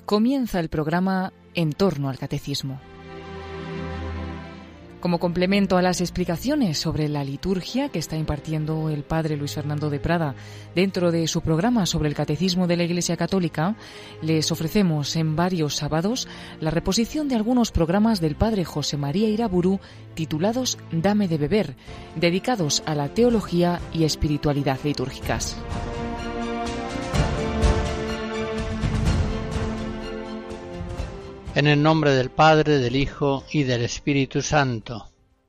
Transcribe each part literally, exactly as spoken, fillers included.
Comienza el programa En torno al Catecismo. Como complemento a las explicaciones sobre la liturgia que está impartiendo el Padre Luis Fernando de Prada dentro de su programa sobre el Catecismo de la Iglesia Católica, les ofrecemos en varios sábados la reposición de algunos programas del Padre José María Iraburu titulados Dame de beber, dedicados a la teología y espiritualidad litúrgicas. En el nombre del Padre, del Hijo y del Espíritu Santo.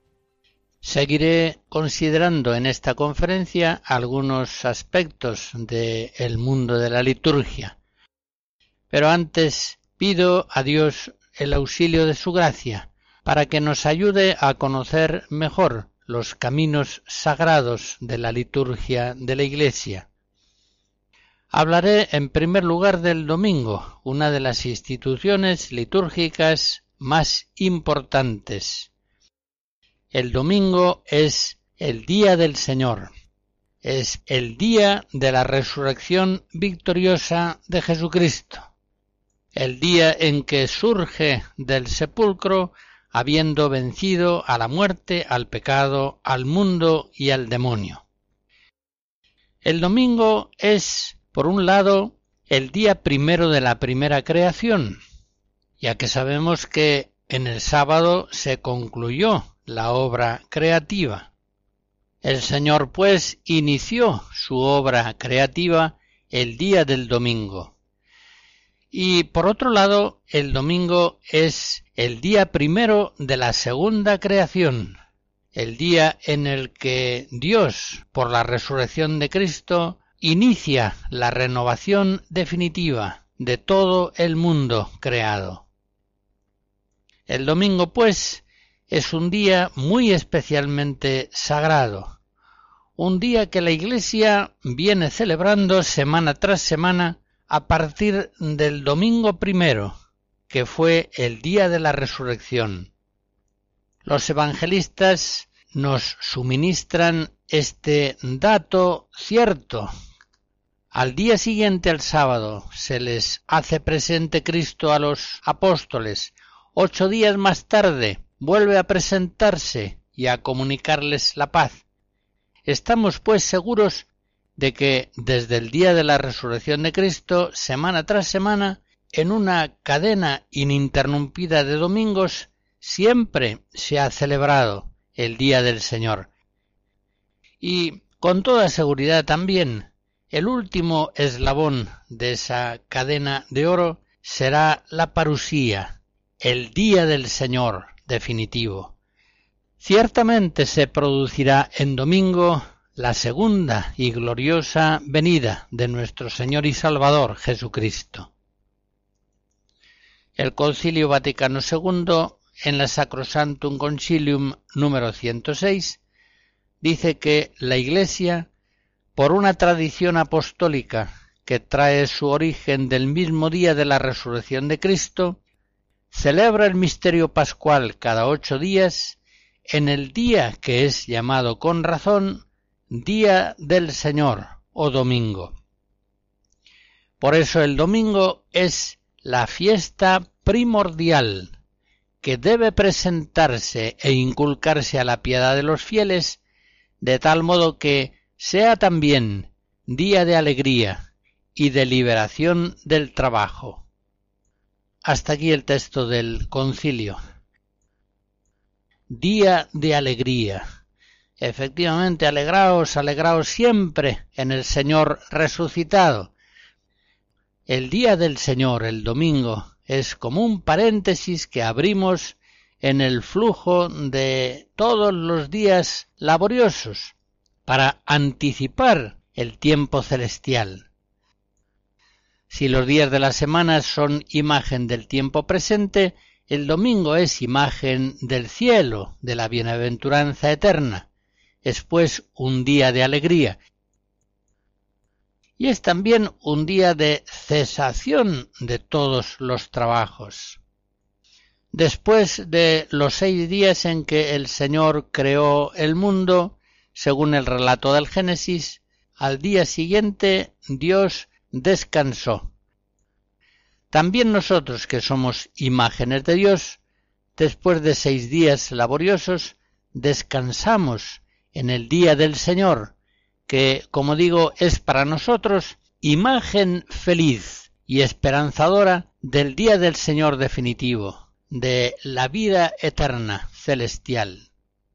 Seguiré considerando en esta conferencia algunos aspectos del mundo de la liturgia. Pero antes pido a Dios el auxilio de su gracia para que nos ayude a conocer mejor los caminos sagrados de la liturgia de la Iglesia. Hablaré en primer lugar del domingo, una de las instituciones litúrgicas más importantes. El domingo es el día del Señor, es el día de la resurrección victoriosa de Jesucristo, el día en que surge del sepulcro habiendo vencido a la muerte, al pecado, al mundo y al demonio. El domingo es, por un lado, el día primero de la primera creación, ya que sabemos que en el sábado se concluyó la obra creativa. El Señor, pues, inició su obra creativa el día del domingo. Y, por otro lado, el domingo es el día primero de la segunda creación, el día en el que Dios, por la resurrección de Cristo, inicia la renovación definitiva de todo el mundo creado. El domingo, pues, es un día muy especialmente sagrado, un día que la Iglesia viene celebrando semana tras semana a partir del domingo primero, que fue el día de la resurrección. Los evangelistas nos suministran este dato cierto. Al día siguiente, al sábado, se les hace presente Cristo a los apóstoles. Ocho días más tarde, vuelve a presentarse y a comunicarles la paz. Estamos, pues, seguros de que desde el día de la resurrección de Cristo, semana tras semana, en una cadena ininterrumpida de domingos, siempre se ha celebrado el Día del Señor. Y, con toda seguridad también, el último eslabón de esa cadena de oro será la parusía, el día del Señor definitivo. Ciertamente se producirá en domingo la segunda y gloriosa venida de nuestro Señor y Salvador Jesucristo. El Concilio Vaticano segundo, en la Sacrosanctum Concilium número ciento seis, dice que la Iglesia, por una tradición apostólica que trae su origen del mismo día de la resurrección de Cristo, celebra el misterio pascual cada ocho días en el día que es llamado con razón Día del Señor o Domingo. Por eso el domingo es la fiesta primordial que debe presentarse e inculcarse a la piedad de los fieles, de tal modo que sea también día de alegría y de liberación del trabajo. Hasta aquí el texto del concilio. Día de alegría. Efectivamente, alegraos, alegraos siempre en el Señor resucitado. El día del Señor, el domingo, es como un paréntesis que abrimos en el flujo de todos los días laboriosos, para anticipar el tiempo celestial. Si los días de la semana son imagen del tiempo presente, el domingo es imagen del cielo, de la bienaventuranza eterna. Es pues un día de alegría. Y es también un día de cesación de todos los trabajos. Después de los seis días en que el Señor creó el mundo, según el relato del Génesis, al día siguiente Dios descansó. también nosotros, que somos imágenes de Dios, después de seis días laboriosos, descansamos en el día del Señor, que, como digo, es para nosotros imagen feliz y esperanzadora del día del Señor definitivo, de la vida eterna celestial.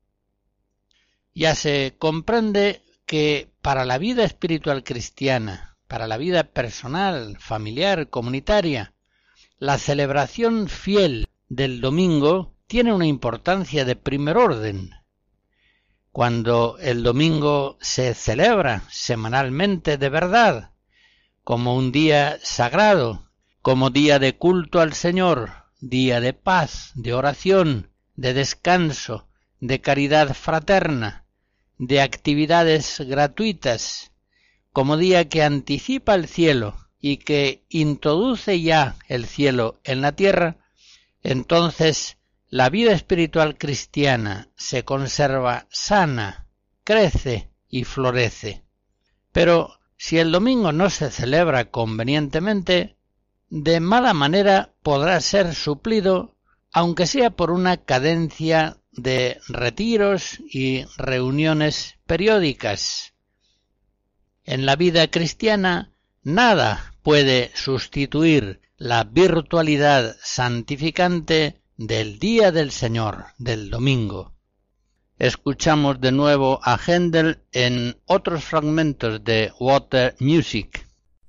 Ya se comprende que para la vida espiritual cristiana, para la vida personal, familiar, comunitaria, la celebración fiel del domingo tiene una importancia de primer orden. Cuando el domingo se celebra semanalmente de verdad, como un día sagrado, como día de culto al Señor, día de paz, de oración, de descanso, de caridad fraterna, de actividades gratuitas, como día que anticipa el cielo y que introduce ya el cielo en la tierra, entonces la vida espiritual cristiana se conserva sana, crece y florece. Pero si el domingo no se celebra convenientemente, de mala manera podrá ser suplido, aunque sea por una cadencia de retiros y reuniones periódicas. En la vida cristiana nada puede sustituir la virtualidad santificante del día del Señor, del domingo. Escuchamos de nuevo a Händel en otros fragmentos de Water Music.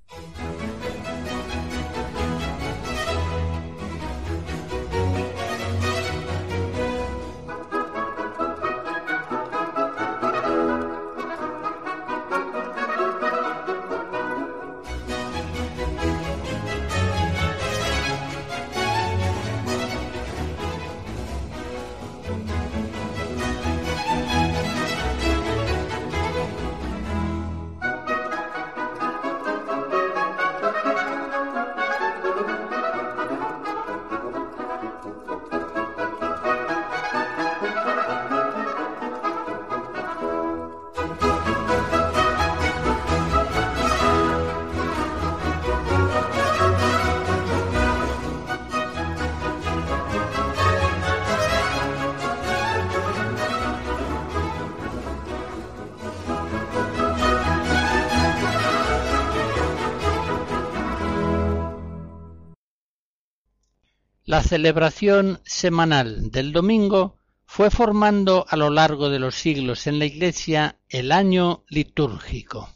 La celebración semanal del domingo fue formando a lo largo de los siglos en la Iglesia el año litúrgico.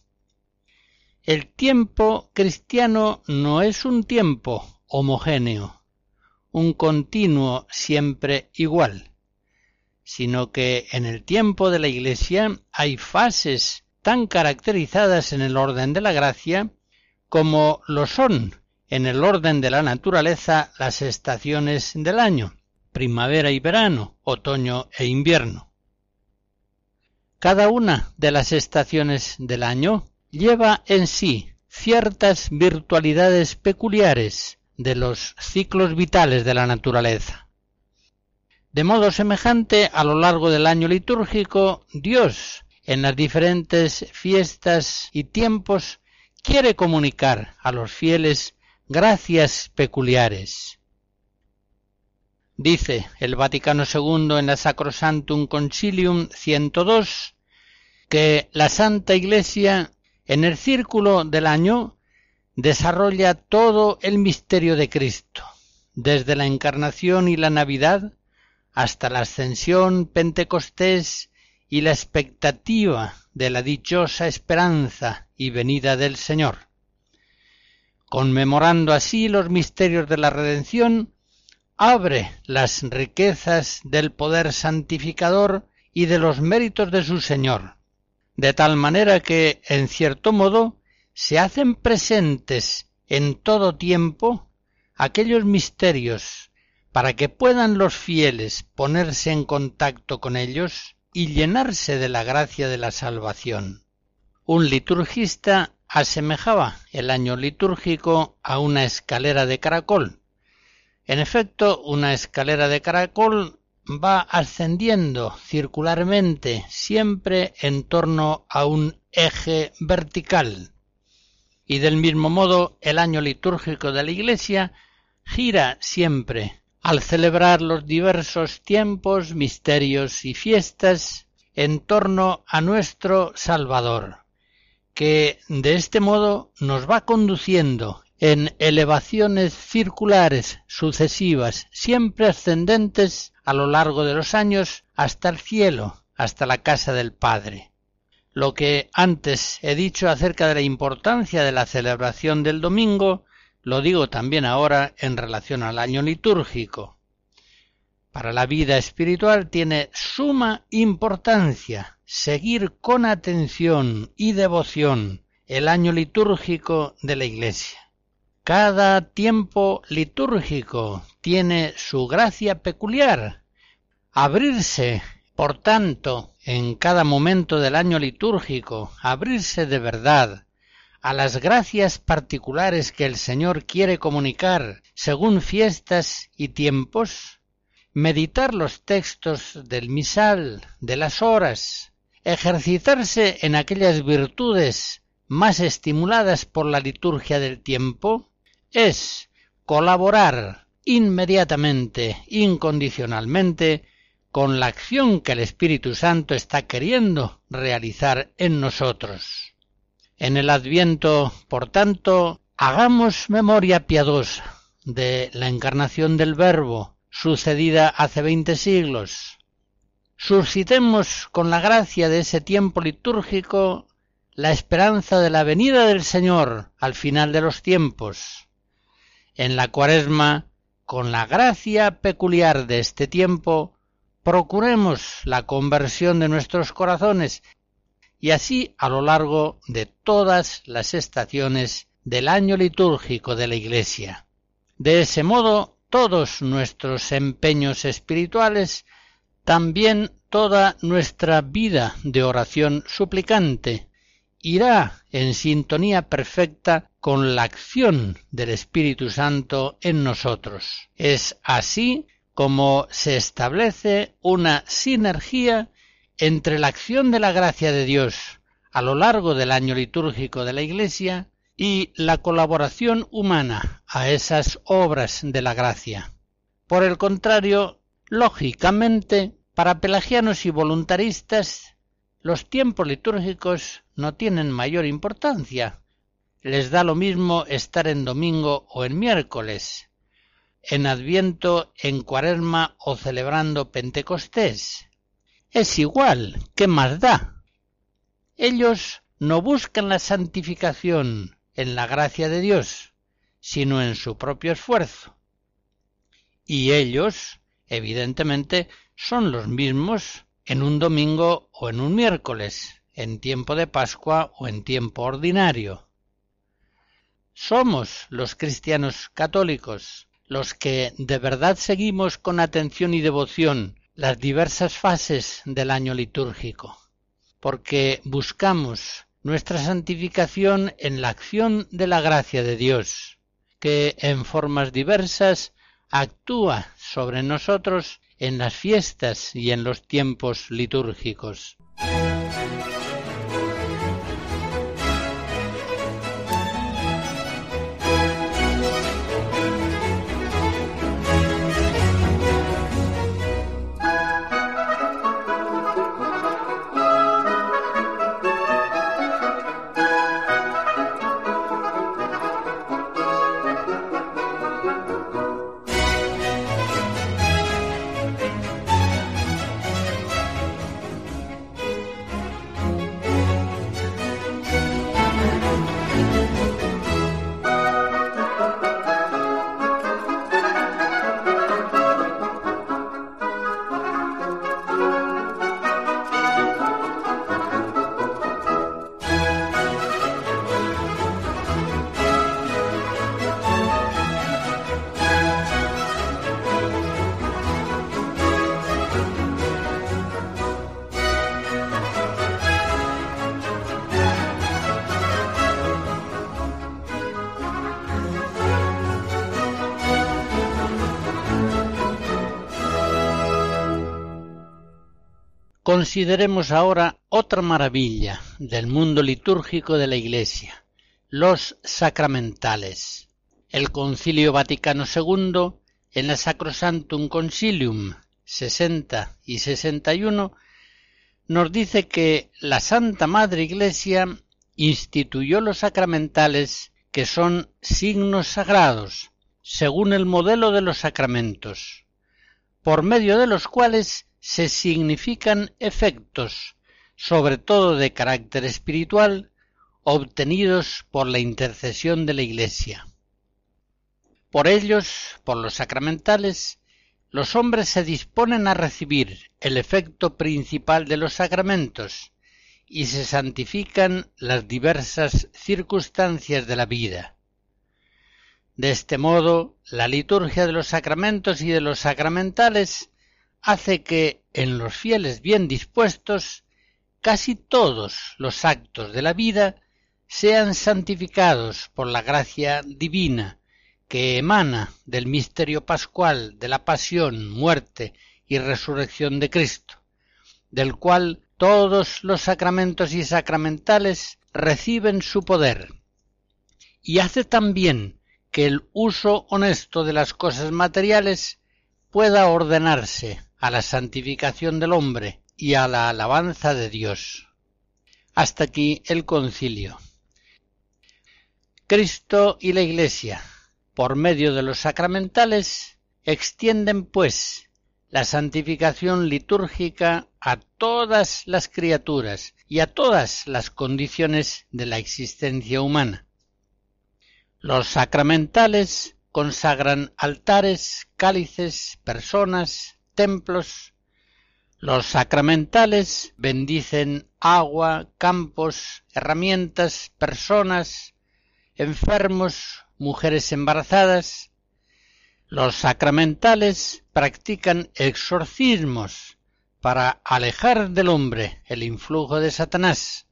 El tiempo cristiano no es un tiempo homogéneo, un continuo siempre igual, sino que en el tiempo de la Iglesia hay fases tan caracterizadas en el orden de la gracia como lo son en el orden de la naturaleza las estaciones del año, primavera y verano, otoño e invierno. Cada una de las estaciones del año lleva en sí ciertas virtualidades peculiares de los ciclos vitales de la naturaleza. De modo semejante, a lo largo del año litúrgico, Dios, en las diferentes fiestas y tiempos, quiere comunicar a los fieles gracias peculiares. Dice el Vaticano segundo en la Sacrosanctum Concilium ciento dos que la Santa Iglesia en el círculo del año desarrolla todo el misterio de Cristo, desde la Encarnación y la Navidad hasta la Ascensión, Pentecostés y la expectativa de la dichosa esperanza y venida del Señor. Conmemorando así los misterios de la redención, abre las riquezas del poder santificador y de los méritos de su Señor, de tal manera que, en cierto modo, se hacen presentes en todo tiempo aquellos misterios para que puedan los fieles ponerse en contacto con ellos y llenarse de la gracia de la salvación. Un liturgista asemejaba el año litúrgico a una escalera de caracol. En efecto, una escalera de caracol va ascendiendo circularmente, siempre en torno a un eje vertical. Y del mismo modo, el año litúrgico de la Iglesia gira siempre, al celebrar los diversos tiempos, misterios y fiestas, en torno a nuestro Salvador, que de este modo nos va conduciendo en elevaciones circulares sucesivas, siempre ascendentes a lo largo de los años hasta el cielo, hasta la casa del Padre. Lo que antes he dicho acerca de la importancia de la celebración del domingo, lo digo también ahora en relación al año litúrgico. Para la vida espiritual tiene suma importancia seguir con atención y devoción el año litúrgico de la Iglesia. Cada tiempo litúrgico tiene su gracia peculiar. Abrirse, por tanto, en cada momento del año litúrgico, abrirse de verdad a las gracias particulares que el Señor quiere comunicar según fiestas y tiempos, meditar los textos del misal, de las horas, ejercitarse en aquellas virtudes más estimuladas por la liturgia del tiempo, es colaborar inmediatamente, incondicionalmente, con la acción que el Espíritu Santo está queriendo realizar en nosotros. En el Adviento, por tanto, hagamos memoria piadosa de la encarnación del Verbo, sucedida hace veinte siglos. Suscitemos con la gracia de ese tiempo litúrgico la esperanza de la venida del Señor al final de los tiempos. En la Cuaresma, con la gracia peculiar de este tiempo, procuremos la conversión de nuestros corazones y así a lo largo de todas las estaciones del año litúrgico de la Iglesia. De ese modo, todos nuestros empeños espirituales, también toda nuestra vida de oración suplicante, irá en sintonía perfecta con la acción del Espíritu Santo en nosotros. Es así como se establece una sinergia entre la acción de la gracia de Dios a lo largo del año litúrgico de la Iglesia y la colaboración humana a esas obras de la gracia. Por el contrario, lógicamente, para pelagianos y voluntaristas, los tiempos litúrgicos no tienen mayor importancia. Les da lo mismo estar en domingo o en miércoles, en Adviento, en Cuaresma o celebrando Pentecostés. Es igual, ¿qué más da? Ellos no buscan la santificación en la gracia de Dios, sino en su propio esfuerzo. Y ellos, evidentemente, son los mismos en un domingo o en un miércoles, en tiempo de Pascua o en tiempo ordinario. Somos los cristianos católicos los que de verdad seguimos con atención y devoción las diversas fases del año litúrgico, porque buscamos nuestra santificación en la acción de la gracia de Dios, que en formas diversas actúa sobre nosotros en las fiestas y en los tiempos litúrgicos. Consideremos ahora otra maravilla del mundo litúrgico de la Iglesia, los sacramentales. El Concilio Vaticano segundo, en la Sacrosanctum Concilium sesenta y sesenta y uno, nos dice que la Santa Madre Iglesia instituyó los sacramentales, que son signos sagrados, según el modelo de los sacramentos, por medio de los cuales se significan efectos, sobre todo de carácter espiritual, obtenidos por la intercesión de la Iglesia. Por ellos, por los sacramentales, los hombres se disponen a recibir el efecto principal de los sacramentos y se santifican las diversas circunstancias de la vida. De este modo, la liturgia de los sacramentos y de los sacramentales hace que, en los fieles bien dispuestos, casi todos los actos de la vida sean santificados por la gracia divina que emana del misterio pascual de la pasión, muerte y resurrección de Cristo, del cual todos los sacramentos y sacramentales reciben su poder, y hace también que el uso honesto de las cosas materiales pueda ordenarse a la santificación del hombre y a la alabanza de Dios. Hasta aquí el concilio. Cristo y la Iglesia, por medio de los sacramentales, extienden, pues, la santificación litúrgica a todas las criaturas y a todas las condiciones de la existencia humana. Los sacramentales consagran altares, cálices, personas, templos. Los sacramentales bendicen agua, campos, herramientas, personas, enfermos, mujeres embarazadas. Los sacramentales practican exorcismos para alejar del hombre el influjo de Satanás.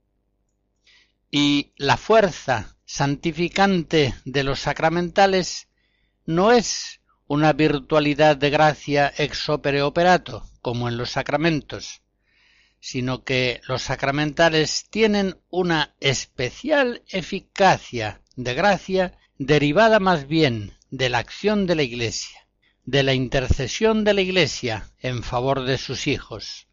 Y la fuerza santificante de los sacramentales no es una virtualidad de gracia ex opere operato, como en los sacramentos, sino que los sacramentales tienen una especial eficacia de gracia derivada más bien de la acción de la Iglesia, de la intercesión de la Iglesia en favor de sus hijos.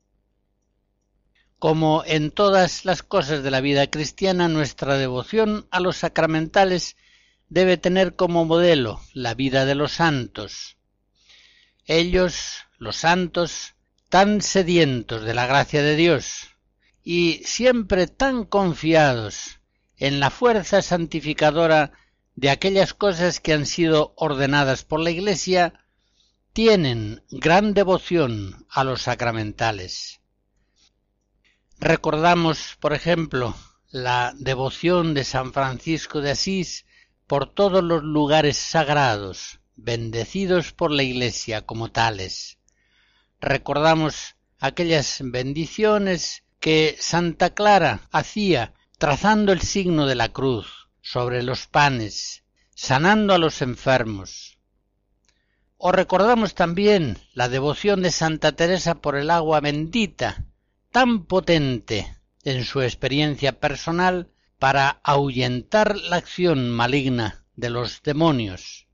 Como en todas las cosas de la vida cristiana, nuestra devoción a los sacramentales debe tener como modelo la vida de los santos. Ellos, los santos, tan sedientos de la gracia de Dios y siempre tan confiados en la fuerza santificadora de aquellas cosas que han sido ordenadas por la Iglesia, tienen gran devoción a los sacramentales. Recordamos, por ejemplo, la devoción de San Francisco de Asís por todos los lugares sagrados, bendecidos por la Iglesia como tales. Recordamos aquellas bendiciones que Santa Clara hacía trazando el signo de la cruz sobre los panes, sanando a los enfermos. O recordamos también la devoción de Santa Teresa por el agua bendita, tan potente en su experiencia personal para ahuyentar la acción maligna de los demonios.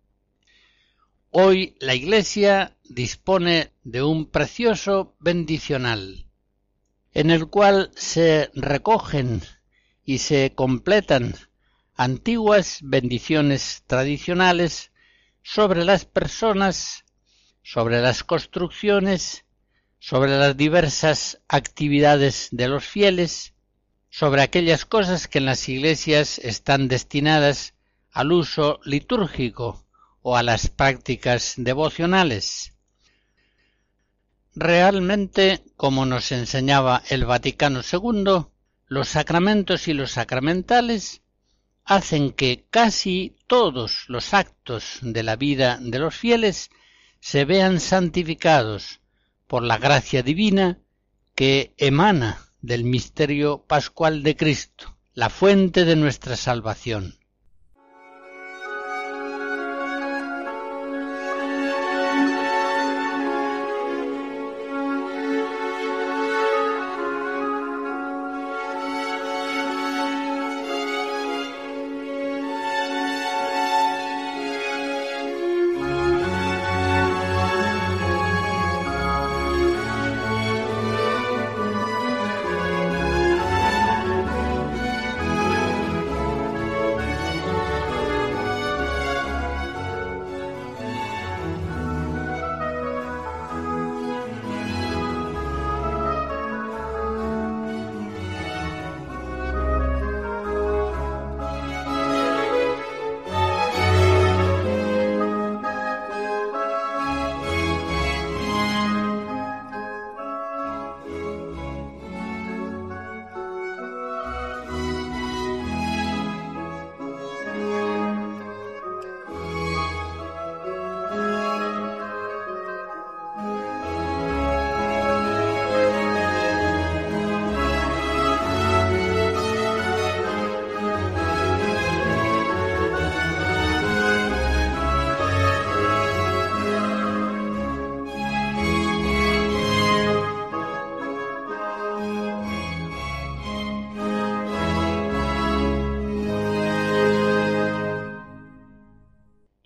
Hoy la Iglesia dispone de un precioso bendicional, en el cual se recogen y se completan antiguas bendiciones tradicionales sobre las personas, sobre las construcciones, sobre las diversas actividades de los fieles, sobre aquellas cosas que en las iglesias están destinadas al uso litúrgico o a las prácticas devocionales. Realmente, como nos enseñaba el Vaticano segundo, los sacramentos y los sacramentales hacen que casi todos los actos de la vida de los fieles se vean santificados por la gracia divina que emana del misterio pascual de Cristo, la fuente de nuestra salvación.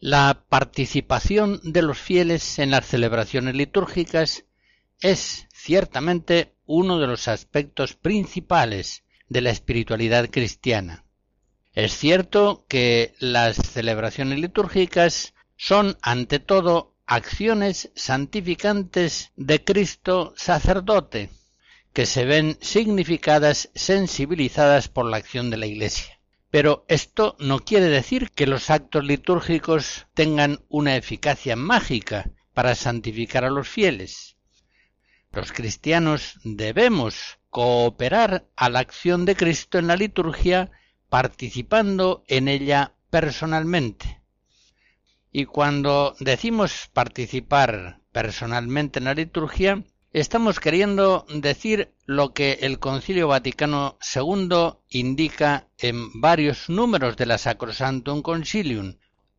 La participación de los fieles en las celebraciones litúrgicas es ciertamente uno de los aspectos principales de la espiritualidad cristiana. Es cierto que las celebraciones litúrgicas son, ante todo, acciones santificantes de Cristo sacerdote, que se ven significadas, sensibilizadas por la acción de la Iglesia. Pero esto no quiere decir que los actos litúrgicos tengan una eficacia mágica para santificar a los fieles. Los cristianos debemos cooperar a la acción de Cristo en la liturgia, participando en ella personalmente. Y cuando decimos participar personalmente en la liturgia, estamos queriendo decir lo que el Concilio Vaticano segundo indica en varios números de la Sacrosanctum Concilium.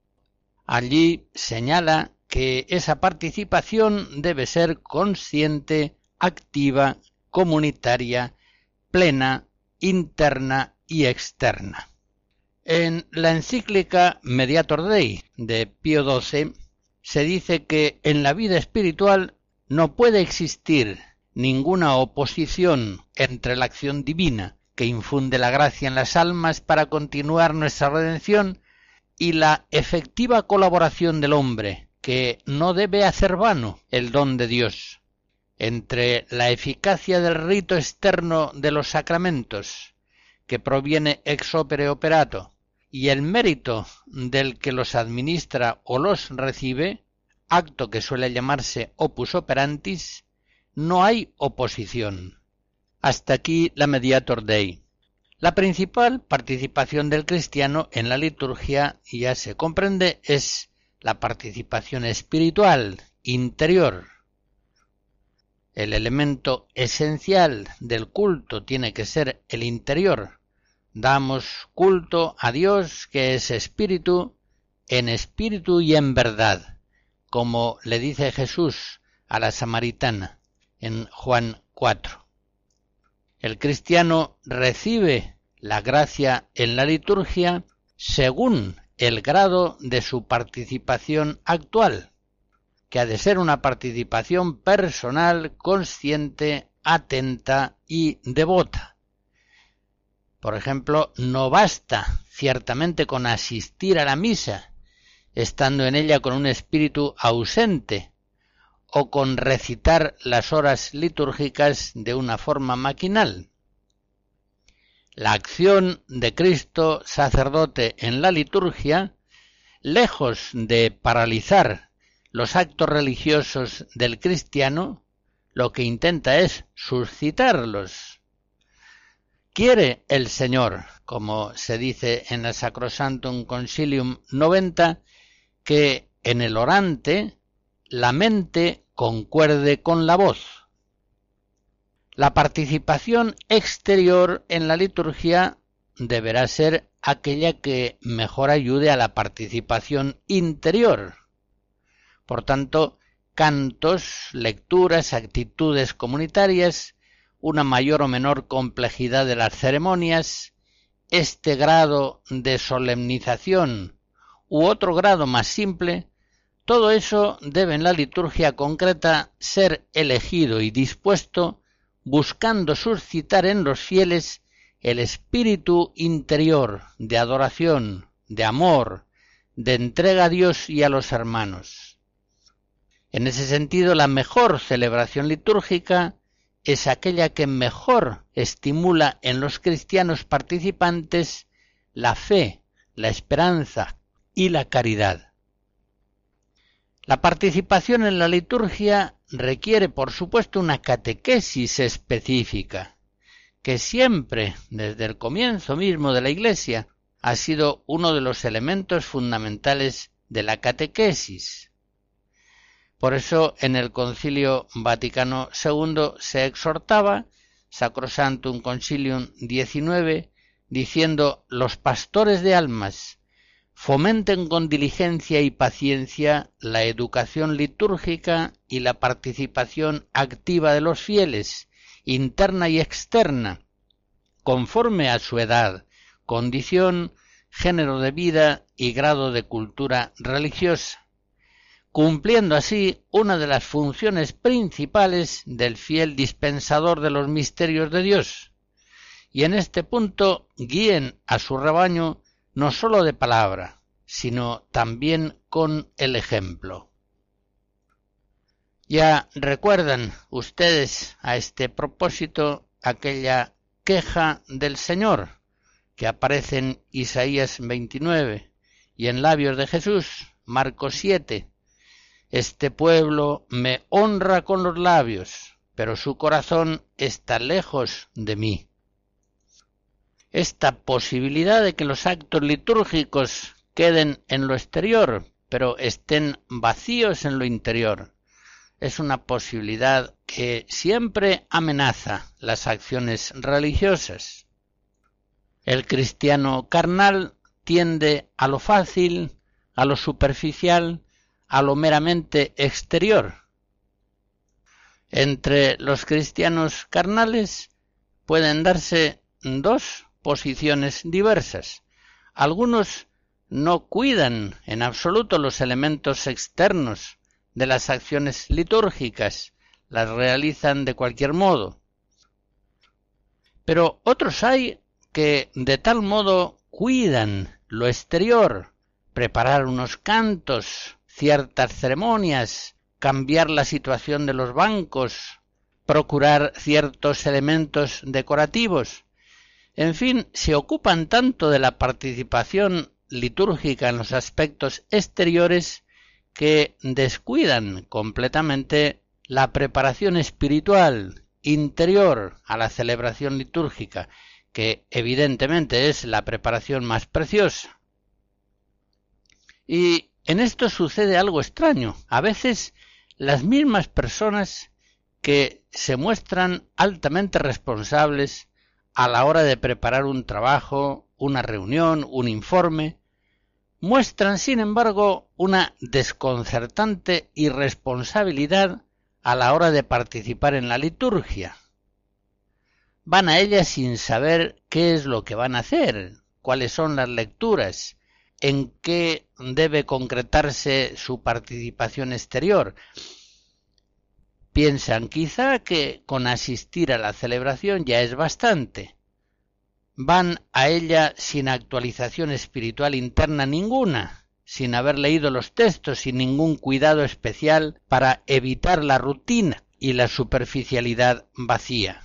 Allí señala que esa participación debe ser consciente, activa, comunitaria, plena, interna y externa. En la encíclica Mediator Dei de Pío doce se dice que en la vida espiritual no puede existir ninguna oposición entre la acción divina que infunde la gracia en las almas para continuar nuestra redención y la efectiva colaboración del hombre, que no debe hacer vano el don de Dios, entre la eficacia del rito externo de los sacramentos, que proviene ex opere operato, y el mérito del que los administra o los recibe, acto que suele llamarse opus operantis, no hay oposición. Hasta aquí la Mediator Dei. La principal participación del cristiano en la liturgia, ya se comprende, es la participación espiritual, interior. El elemento esencial del culto tiene que ser el interior. Damos culto a Dios, que es espíritu, en espíritu y en verdad, como le dice Jesús a la samaritana en Juan cuatro. El cristiano recibe la gracia en la liturgia según el grado de su participación actual, que ha de ser una participación personal, consciente, atenta y devota. Por ejemplo, no basta ciertamente con asistir a la misa, estando en ella con un espíritu ausente, o con recitar las horas litúrgicas de una forma maquinal. La acción de Cristo sacerdote en la liturgia, lejos de paralizar los actos religiosos del cristiano, lo que intenta es suscitarlos. Quiere el Señor, como se dice en la Sacrosanctum Concilium noventa, que en el orante la mente concuerde con la voz. La participación exterior en la liturgia deberá ser aquella que mejor ayude a la participación interior. Por tanto, cantos, lecturas, actitudes comunitarias, una mayor o menor complejidad de las ceremonias, este grado de solemnización u otro grado más simple, todo eso debe en la liturgia concreta ser elegido y dispuesto buscando suscitar en los fieles el espíritu interior de adoración, de amor, de entrega a Dios y a los hermanos. En ese sentido, la mejor celebración litúrgica es aquella que mejor estimula en los cristianos participantes la fe, la esperanza y la caridad. La participación en la liturgia requiere, por supuesto, una catequesis específica, que siempre, desde el comienzo mismo de la Iglesia, ha sido uno de los elementos fundamentales de la catequesis. Por eso, en el Concilio Vaticano segundo se exhortaba, Sacrosanctum Concilium diecinueve, diciendo: los pastores de almas fomenten con diligencia y paciencia la educación litúrgica y la participación activa de los fieles, interna y externa, conforme a su edad, condición, género de vida y grado de cultura religiosa, cumpliendo así una de las funciones principales del fiel dispensador de los misterios de Dios, y en este punto guíen a su rebaño no sólo de palabra, sino también con el ejemplo. Ya recuerdan ustedes a este propósito aquella queja del Señor que aparece en Isaías veintinueve y en labios de Jesús, Marcos siete. Este pueblo me honra con los labios, pero su corazón está lejos de mí. Esta posibilidad de que los actos litúrgicos queden en lo exterior, pero estén vacíos en lo interior, es una posibilidad que siempre amenaza las acciones religiosas. El cristiano carnal tiende a lo fácil, a lo superficial, a lo meramente exterior. Entre los cristianos carnales pueden darse dos posiciones diversas. Algunos no cuidan en absoluto los elementos externos de las acciones litúrgicas, las realizan de cualquier modo. Pero otros hay que de tal modo cuidan lo exterior, preparar unos cantos, ciertas ceremonias, cambiar la situación de los bancos, procurar ciertos elementos decorativos. En fin, se ocupan tanto de la participación litúrgica en los aspectos exteriores que descuidan completamente la preparación espiritual interior a la celebración litúrgica, que evidentemente es la preparación más preciosa. Y en esto sucede algo extraño. A veces las mismas personas que se muestran altamente responsables a la hora de preparar un trabajo, una reunión, un informe, muestran, sin embargo, una desconcertante irresponsabilidad a la hora de participar en la liturgia. Van a ella sin saber qué es lo que van a hacer, cuáles son las lecturas, en qué debe concretarse su participación exterior. Piensan quizá que con asistir a la celebración ya es bastante. Van a ella sin actualización espiritual interna ninguna, sin haber leído los textos, sin ningún cuidado especial para evitar la rutina y la superficialidad vacía.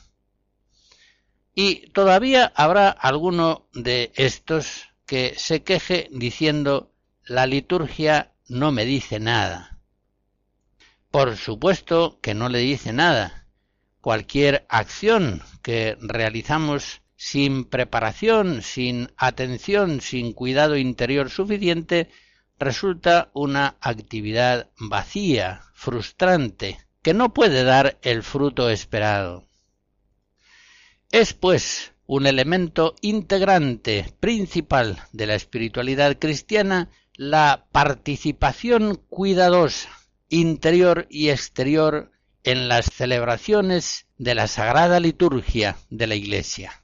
Y todavía habrá alguno de estos que se queje diciendo: la liturgia no me dice nada. Por supuesto que no le dice nada. Cualquier acción que realizamos sin preparación, sin atención, sin cuidado interior suficiente, resulta una actividad vacía, frustrante, que no puede dar el fruto esperado. Es, pues, un elemento integrante principal de la espiritualidad cristiana la participación cuidadosa, interior y exterior, en las celebraciones de la Sagrada Liturgia de la Iglesia.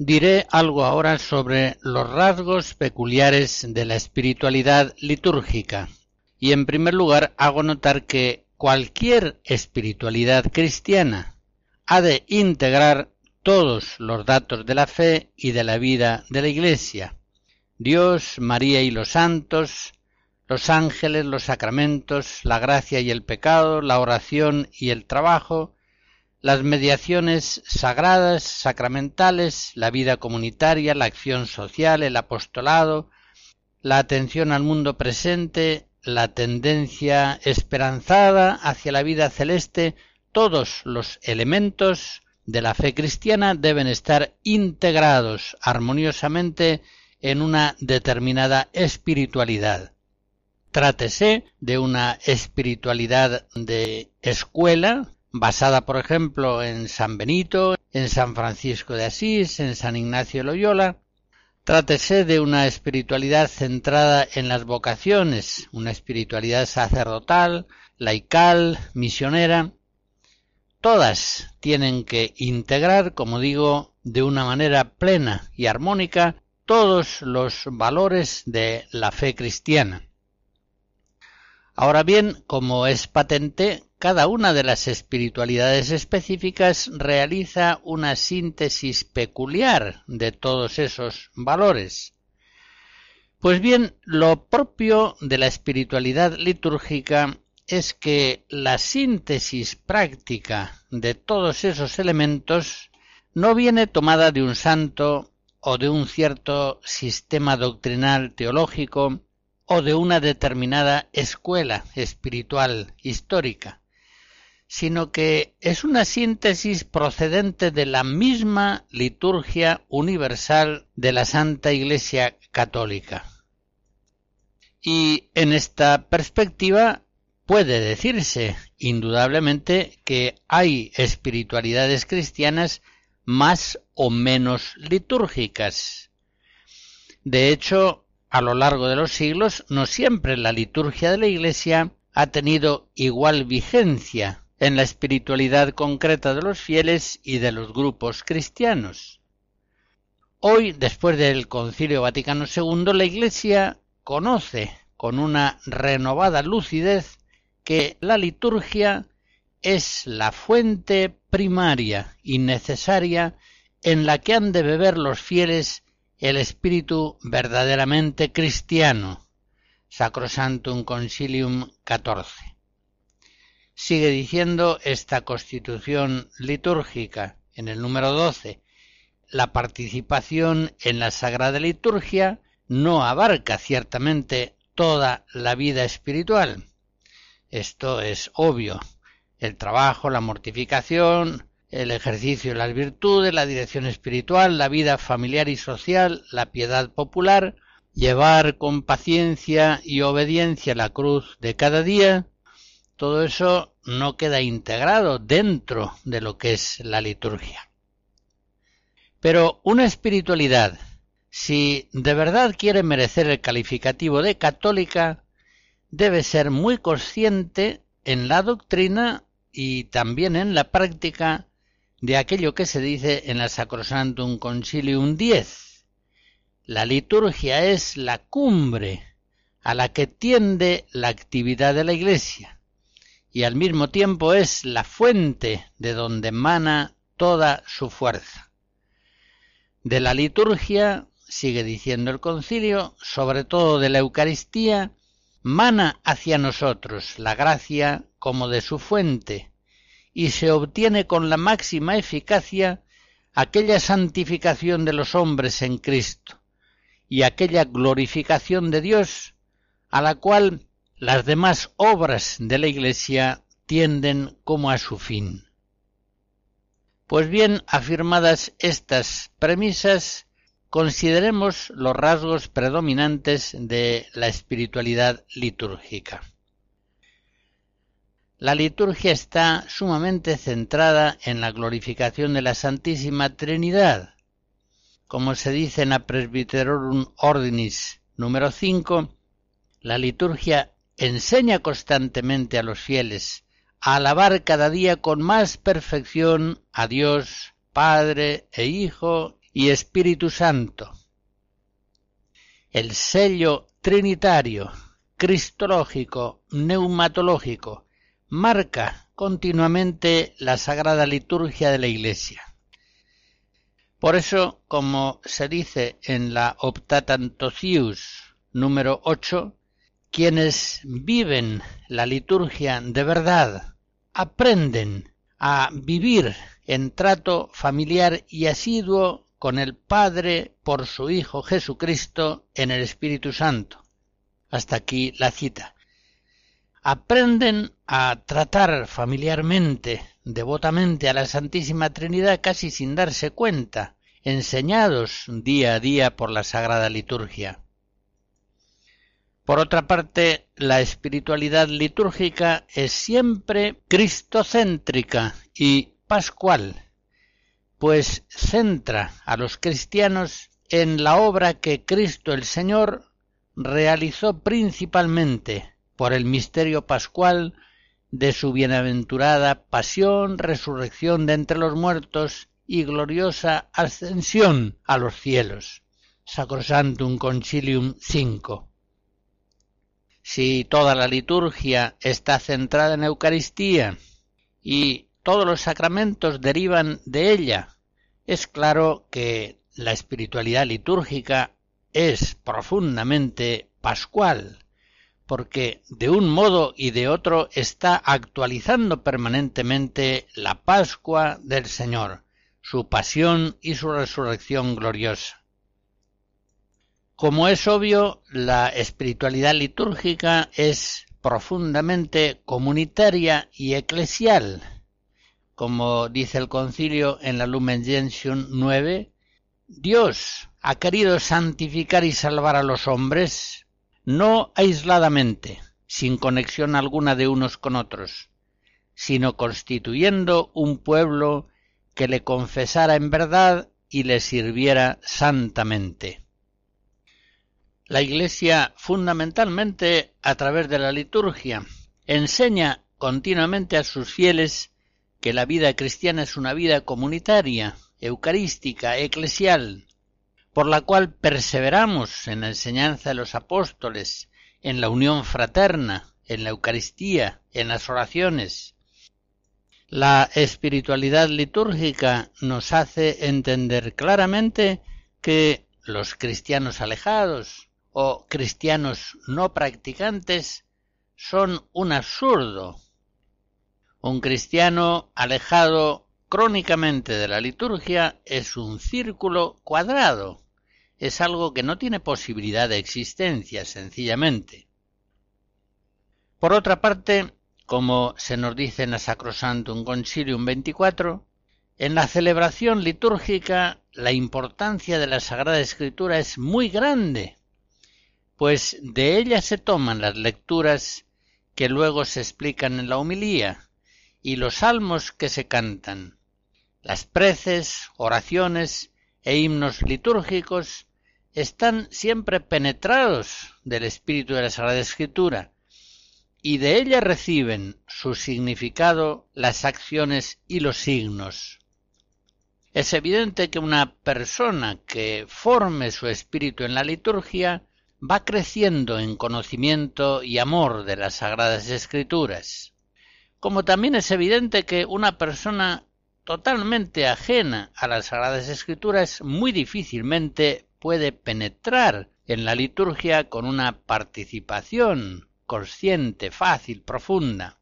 Diré algo ahora sobre los rasgos peculiares de la espiritualidad litúrgica. Y en primer lugar hago notar que cualquier espiritualidad cristiana ha de integrar todos los datos de la fe y de la vida de la Iglesia: Dios, María y los santos, los ángeles, los sacramentos, la gracia y el pecado, la oración y el trabajo, las mediaciones sagradas, sacramentales, la vida comunitaria, la acción social, el apostolado, la atención al mundo presente, la tendencia esperanzada hacia la vida celeste. Todos los elementos de la fe cristiana deben estar integrados armoniosamente en una determinada espiritualidad. Trátese de una espiritualidad de escuela, basada por ejemplo en San Benito, en San Francisco de Asís, en San Ignacio de Loyola. Trátese de una espiritualidad centrada en las vocaciones, una espiritualidad sacerdotal, laical, misionera. Todas tienen que integrar, como digo, de una manera plena y armónica todos los valores de la fe cristiana. Ahora bien, como es patente, cada una de las espiritualidades específicas realiza una síntesis peculiar de todos esos valores. Pues bien, lo propio de la espiritualidad litúrgica es que la síntesis práctica de todos esos elementos no viene tomada de un santo o de un cierto sistema doctrinal teológico o de una determinada escuela espiritual histórica, sino que es una síntesis procedente de la misma liturgia universal de la Santa Iglesia Católica. Y en esta perspectiva puede decirse indudablemente que hay espiritualidades cristianas más o menos litúrgicas. De hecho, a lo largo de los siglos, no siempre la liturgia de la Iglesia ha tenido igual vigencia en la espiritualidad concreta de los fieles y de los grupos cristianos. Hoy, después del Concilio Vaticano segundo, la Iglesia conoce con una renovada lucidez que la liturgia es la fuente primaria y necesaria en la que han de beber los fieles el espíritu verdaderamente cristiano. Sacrosanctum Concilium catorce. Sigue diciendo esta Constitución litúrgica en el número doce: la participación en la Sagrada Liturgia no abarca ciertamente toda la vida espiritual. Esto es obvio. El trabajo, la mortificación, el ejercicio de las virtudes, la dirección espiritual, la vida familiar y social, la piedad popular, llevar con paciencia y obediencia la cruz de cada día, todo eso no queda integrado dentro de lo que es la liturgia. Pero una espiritualidad, si de verdad quiere merecer el calificativo de católica, debe ser muy consciente en la doctrina y también en la práctica de aquello que se dice en la Sacrosanctum Concilium diez. La liturgia es la cumbre a la que tiende la actividad de la Iglesia y al mismo tiempo es la fuente de donde emana toda su fuerza. De la liturgia, sigue diciendo el concilio, sobre todo de la Eucaristía, mana hacia nosotros la gracia como de su fuente, y se obtiene con la máxima eficacia aquella santificación de los hombres en Cristo y aquella glorificación de Dios a la cual las demás obras de la Iglesia tienden como a su fin. Pues bien, afirmadas estas premisas, consideremos los rasgos predominantes de la espiritualidad litúrgica. La liturgia está sumamente centrada en la glorificación de la Santísima Trinidad. Como se dice en la Presbyterorum Ordinis número cinco, la liturgia enseña constantemente a los fieles a alabar cada día con más perfección a Dios, Padre e Hijo y Espíritu Santo. El sello trinitario, cristológico, neumatológico, marca continuamente la Sagrada Liturgia de la Iglesia. Por eso, como se dice en la Optatantocius número ocho, quienes viven la liturgia de verdad aprenden a vivir en trato familiar y asiduo con el Padre por su Hijo Jesucristo en el Espíritu Santo. Hasta aquí la cita. Aprenden a tratar familiarmente, devotamente a la Santísima Trinidad casi sin darse cuenta, enseñados día a día por la Sagrada Liturgia. Por otra parte, la espiritualidad litúrgica es siempre cristocéntrica y pascual, pues centra a los cristianos en la obra que Cristo el Señor realizó principalmente por el misterio pascual de su bienaventurada pasión, resurrección de entre los muertos y gloriosa ascensión a los cielos. Sacrosanctum Concilium cinco. Si toda la liturgia está centrada en Eucaristía y todos los sacramentos derivan de ella, es claro que la espiritualidad litúrgica es profundamente pascual, porque de un modo y de otro está actualizando permanentemente la Pascua del Señor, su pasión y su resurrección gloriosa. Como es obvio, la espiritualidad litúrgica es profundamente comunitaria y eclesial. Como dice el concilio en la Lumen Gentium nueve, Dios ha querido santificar y salvar a los hombres, no aisladamente, sin conexión alguna de unos con otros, sino constituyendo un pueblo que le confesara en verdad y le sirviera santamente. La Iglesia, fundamentalmente a través de la liturgia, enseña continuamente a sus fieles que la vida cristiana es una vida comunitaria, eucarística, eclesial, por la cual perseveramos en la enseñanza de los apóstoles, en la unión fraterna, en la Eucaristía, en las oraciones. La espiritualidad litúrgica nos hace entender claramente que los cristianos alejados o cristianos no practicantes son un absurdo. Un cristiano alejado crónicamente de la liturgia es un círculo cuadrado, es algo que no tiene posibilidad de existencia, sencillamente. Por otra parte, como se nos dice en la Sacrosanctum Concilium veinticuatro, en la celebración litúrgica la importancia de la Sagrada Escritura es muy grande, pues de ella se toman las lecturas que luego se explican en la homilía y los salmos que se cantan. Las preces, oraciones e himnos litúrgicos están siempre penetrados del espíritu de la Sagrada Escritura y de ella reciben su significado las acciones y los signos. Es evidente que una persona que forme su espíritu en la liturgia va creciendo en conocimiento y amor de las Sagradas Escrituras, como también es evidente que una persona totalmente ajena a las Sagradas Escrituras muy difícilmente puede penetrar en la liturgia con una participación consciente, fácil, profunda.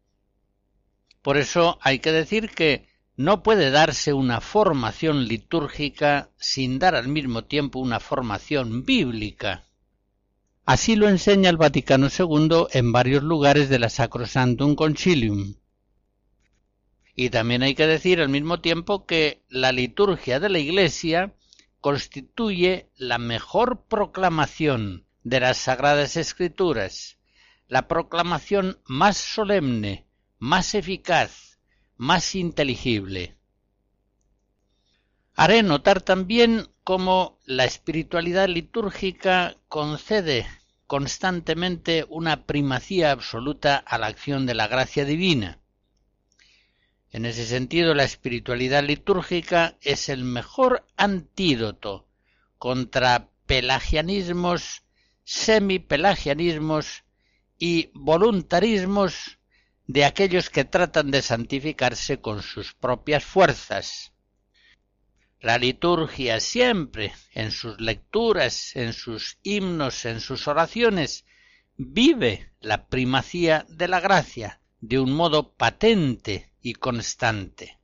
Por eso hay que decir que no puede darse una formación litúrgica sin dar al mismo tiempo una formación bíblica. Así lo enseña el Vaticano segundo en varios lugares de la Sacrosanctum Concilium. Y también hay que decir al mismo tiempo que la liturgia de la Iglesia constituye la mejor proclamación de las Sagradas Escrituras, la proclamación más solemne, más eficaz, más inteligible. Haré notar también cómo la espiritualidad litúrgica concede constantemente una primacía absoluta a la acción de la gracia divina. En ese sentido, la espiritualidad litúrgica es el mejor antídoto contra pelagianismos, semipelagianismos y voluntarismos de aquellos que tratan de santificarse con sus propias fuerzas. La liturgia siempre, en sus lecturas, en sus himnos, en sus oraciones, vive la primacía de la gracia de un modo patente y constante.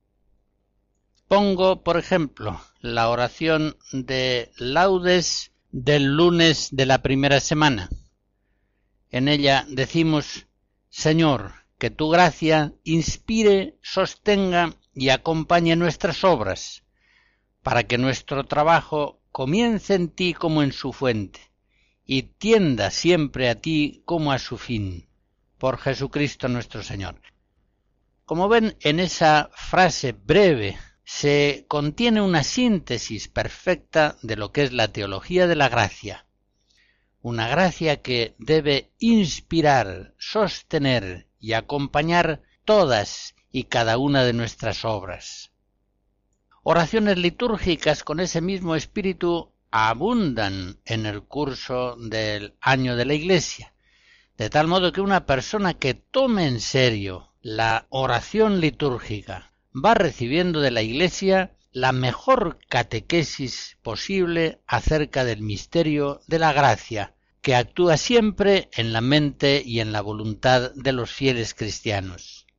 Pongo, por ejemplo, la oración de laudes del lunes de la primera semana. En ella decimos: Señor, que tu gracia inspire, sostenga y acompañe nuestras obras, para que nuestro trabajo comience en ti como en su fuente, y tienda siempre a ti como a su fin, por Jesucristo nuestro Señor. Como ven, en esa frase breve se contiene una síntesis perfecta de lo que es la teología de la gracia. Una gracia que debe inspirar, sostener y acompañar todas y cada una de nuestras obras. Oraciones litúrgicas con ese mismo espíritu abundan en el curso del año de la Iglesia, de tal modo que una persona que tome en serio la oración litúrgica va recibiendo de la Iglesia la mejor catequesis posible acerca del misterio de la gracia, que actúa siempre en la mente y en la voluntad de los fieles cristianos.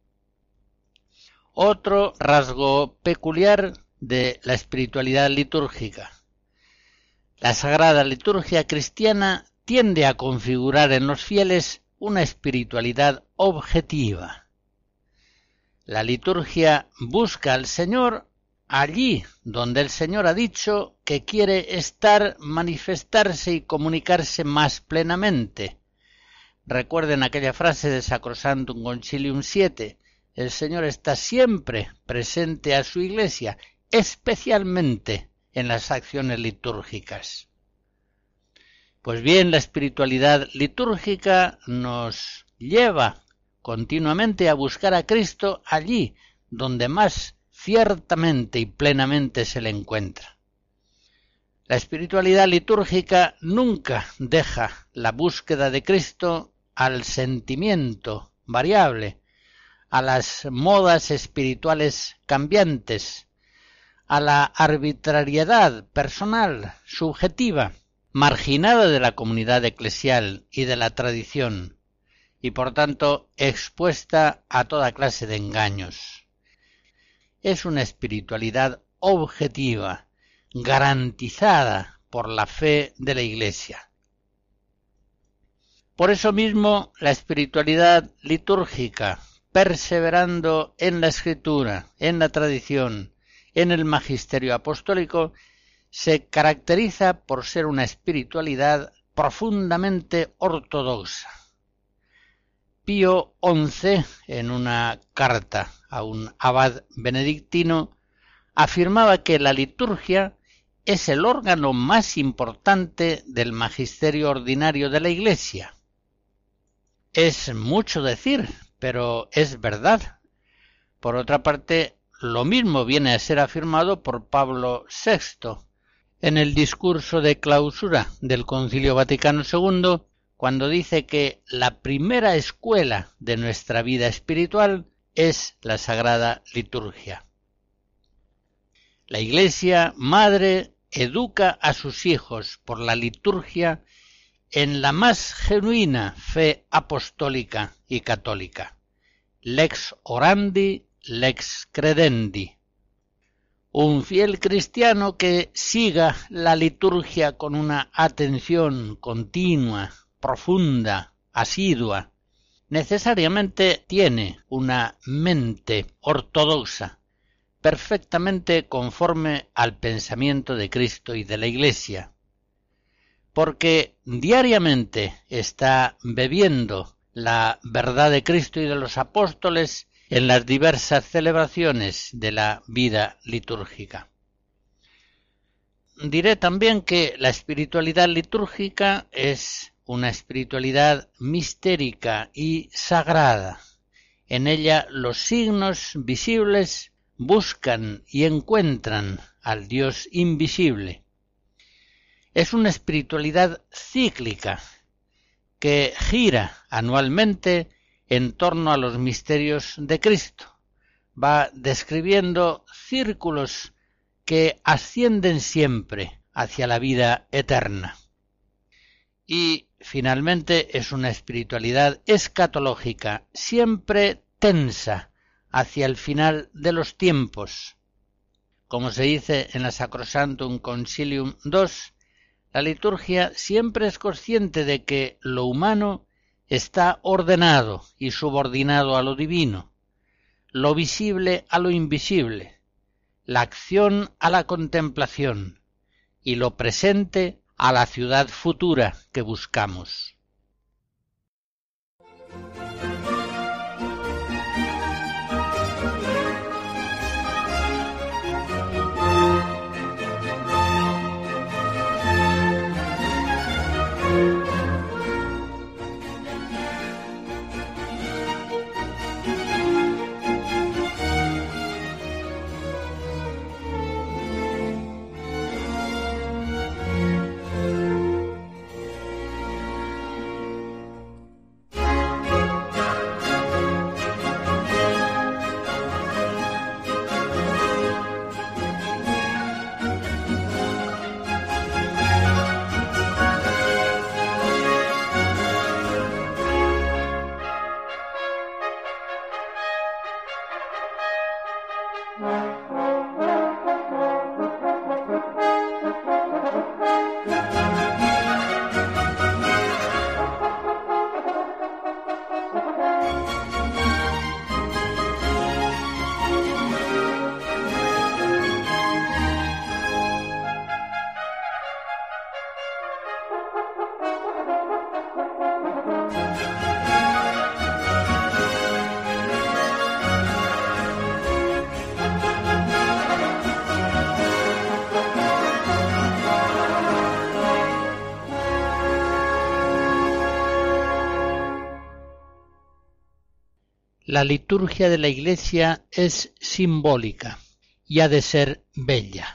Otro rasgo peculiar de la espiritualidad litúrgica. La Sagrada Liturgia cristiana tiende a configurar en los fieles una espiritualidad objetiva. La liturgia busca al Señor allí donde el Señor ha dicho que quiere estar, manifestarse y comunicarse más plenamente. Recuerden aquella frase de Sacrosanctum Concilium siete, el Señor está siempre presente a su Iglesia, especialmente en las acciones litúrgicas. Pues bien, la espiritualidad litúrgica nos lleva continuamente a buscar a Cristo allí donde más ciertamente y plenamente se le encuentra. La espiritualidad litúrgica nunca deja la búsqueda de Cristo al sentimiento variable, a las modas espirituales cambiantes, a la arbitrariedad personal, subjetiva, marginada de la comunidad eclesial y de la tradición, y por tanto expuesta a toda clase de engaños. Es una espiritualidad objetiva, garantizada por la fe de la Iglesia. Por eso mismo, la espiritualidad litúrgica, perseverando en la Escritura, en la tradición, en el magisterio apostólico, se caracteriza por ser una espiritualidad profundamente ortodoxa. Pío once, en una carta a un abad benedictino, afirmaba que la liturgia es el órgano más importante del magisterio ordinario de la Iglesia. Es mucho decir, pero es verdad. Por otra parte, lo mismo viene a ser afirmado por Pablo sexto en el discurso de clausura del Concilio Vaticano segundo, cuando dice que la primera escuela de nuestra vida espiritual es la Sagrada Liturgia. La Iglesia Madre educa a sus hijos por la liturgia en la más genuina fe apostólica y católica. Lex orandi, lex credendi. Un fiel cristiano que siga la liturgia con una atención continua, profunda, asidua, necesariamente tiene una mente ortodoxa, perfectamente conforme al pensamiento de Cristo y de la Iglesia, porque diariamente está bebiendo la verdad de Cristo y de los apóstoles en las diversas celebraciones de la vida litúrgica. Diré también que la espiritualidad litúrgica es una espiritualidad mistérica y sagrada, En ella los signos visibles buscan y encuentran al Dios invisible. Es una espiritualidad cíclica que gira anualmente en torno a los misterios de Cristo. Va describiendo círculos que ascienden siempre hacia la vida eterna. Y finalmente es una espiritualidad escatológica, siempre tensa hacia el final de los tiempos. Como se dice en la Sacrosanctum Concilium dos, la liturgia siempre es consciente de que lo humano está ordenado y subordinado a lo divino, lo visible a lo invisible, la acción a la contemplación y lo presente a la ciudad futura que buscamos. La liturgia de la Iglesia es simbólica y ha de ser bella.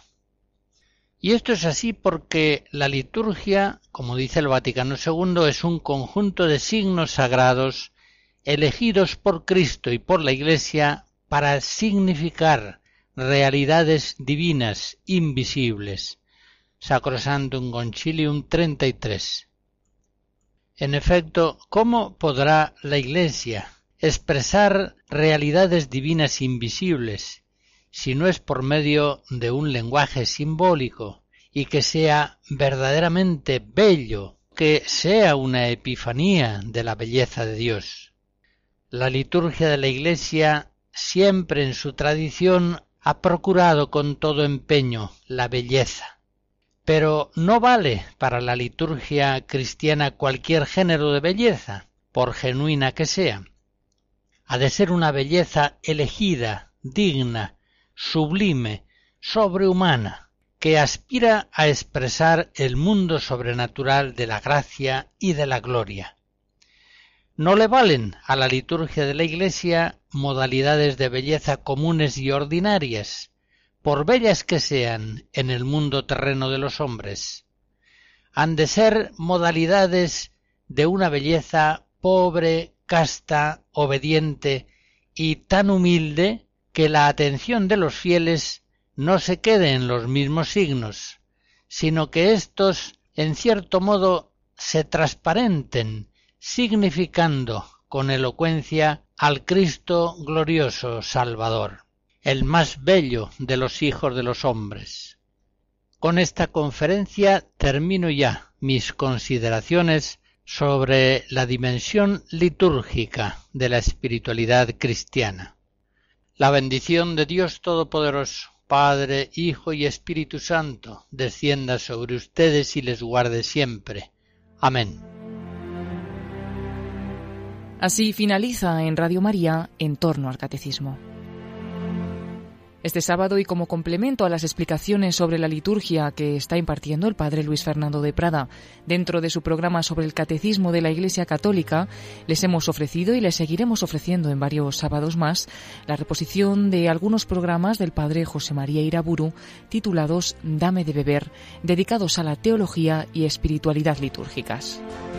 Y esto es así porque la liturgia, como dice el Vaticano segundo, es un conjunto de signos sagrados elegidos por Cristo y por la Iglesia para significar realidades divinas invisibles. Sacrosanctum Concilium treinta y tres. En efecto, ¿cómo podrá la Iglesia expresar realidades divinas invisibles si no es por medio de un lenguaje simbólico y que sea verdaderamente bello, que sea una epifanía de la belleza de Dios? La liturgia de la Iglesia siempre en su tradición ha procurado con todo empeño la belleza. Pero no vale para la liturgia cristiana cualquier género de belleza, por genuina que sea. Ha de ser una belleza elegida, digna, sublime, sobrehumana, que aspira a expresar el mundo sobrenatural de la gracia y de la gloria. No le valen a la liturgia de la Iglesia modalidades de belleza comunes y ordinarias, por bellas que sean en el mundo terreno de los hombres. Han de ser modalidades de una belleza pobre, casta, obediente y tan humilde que la atención de los fieles no se quede en los mismos signos, sino que éstos, en cierto modo, se transparenten, significando con elocuencia al Cristo glorioso Salvador, el más bello de los hijos de los hombres. Con esta conferencia termino ya mis consideraciones sobre la dimensión litúrgica de la espiritualidad cristiana. La bendición de Dios Todopoderoso, Padre, Hijo y Espíritu Santo, descienda sobre ustedes y les guarde siempre. Amén. Así finaliza en Radio María En torno al Catecismo. Este sábado, y como complemento a las explicaciones sobre la liturgia que está impartiendo el padre Luis Fernando de Prada dentro de su programa sobre el Catecismo de la Iglesia Católica, les hemos ofrecido y les seguiremos ofreciendo en varios sábados más la reposición de algunos programas del padre José María Iraburu titulados Dame de beber, dedicados a la teología y espiritualidad litúrgicas.